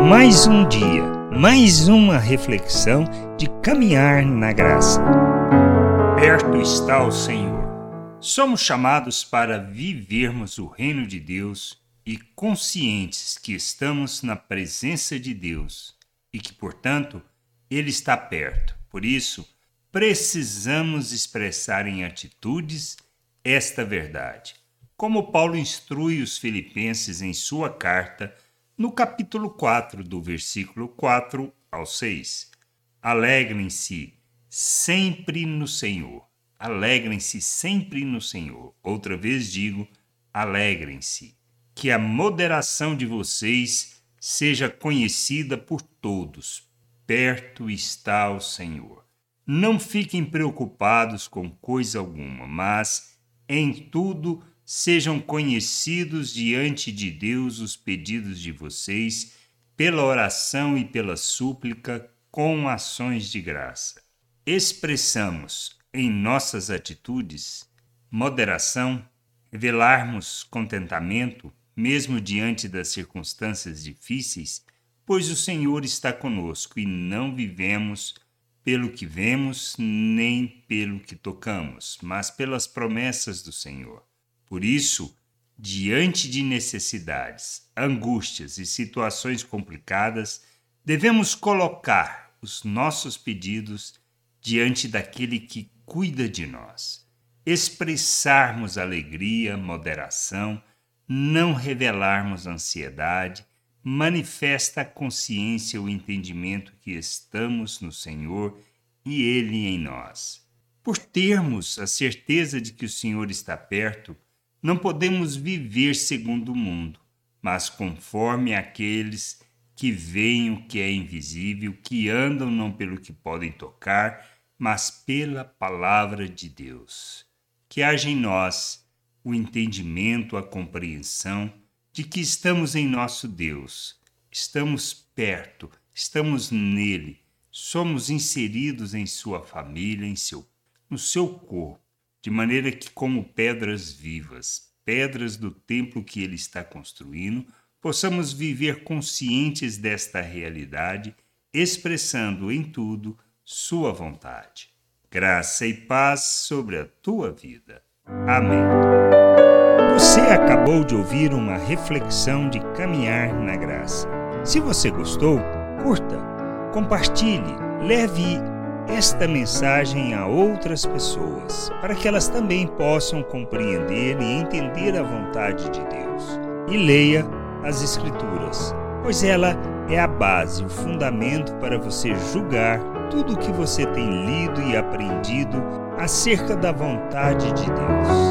Mais um dia, mais uma reflexão de caminhar na graça. Perto está o Senhor. Somos chamados para vivermos o reino de Deus e conscientes que estamos na presença de Deus e que, portanto, Ele está perto. Por isso, precisamos expressar em atitudes esta verdade. Como Paulo instrui os filipenses em sua carta, no capítulo 4, do versículo 4 ao 6. Alegrem-se sempre no Senhor. Alegrem-se sempre no Senhor. Outra vez digo, alegrem-se. Que a moderação de vocês seja conhecida por todos. Perto está o Senhor. Não fiquem preocupados com coisa alguma, mas em tudo sejam conhecidos diante de Deus os pedidos de vocês, pela oração e pela súplica, com ações de graça. Expressamos em nossas atitudes moderação, revelarmos contentamento, mesmo diante das circunstâncias difíceis, pois o Senhor está conosco e não vivemos pelo que vemos nem pelo que tocamos, mas pelas promessas do Senhor. Por isso, diante de necessidades, angústias e situações complicadas, devemos colocar os nossos pedidos diante daquele que cuida de nós. Expressarmos alegria, moderação, não revelarmos ansiedade, manifesta a consciência, o entendimento que estamos no Senhor e Ele em nós. Por termos a certeza de que o Senhor está perto, não podemos viver segundo o mundo, mas conforme aqueles que veem o que é invisível, que andam não pelo que podem tocar, mas pela palavra de Deus. Que haja em nós o entendimento, a compreensão de que estamos em nosso Deus, estamos perto, estamos nele, somos inseridos em sua família, no seu corpo, de maneira que, como pedras vivas, pedras do templo que ele está construindo, possamos viver conscientes desta realidade, expressando em tudo sua vontade. Graça e paz sobre a tua vida. Amém. Você acabou de ouvir uma reflexão de caminhar na graça. Se você gostou, curta, compartilhe, leve esta mensagem a outras pessoas, para que elas também possam compreender e entender a vontade de Deus. E leia as Escrituras, pois ela é a base, o fundamento para você julgar tudo o que você tem lido e aprendido acerca da vontade de Deus.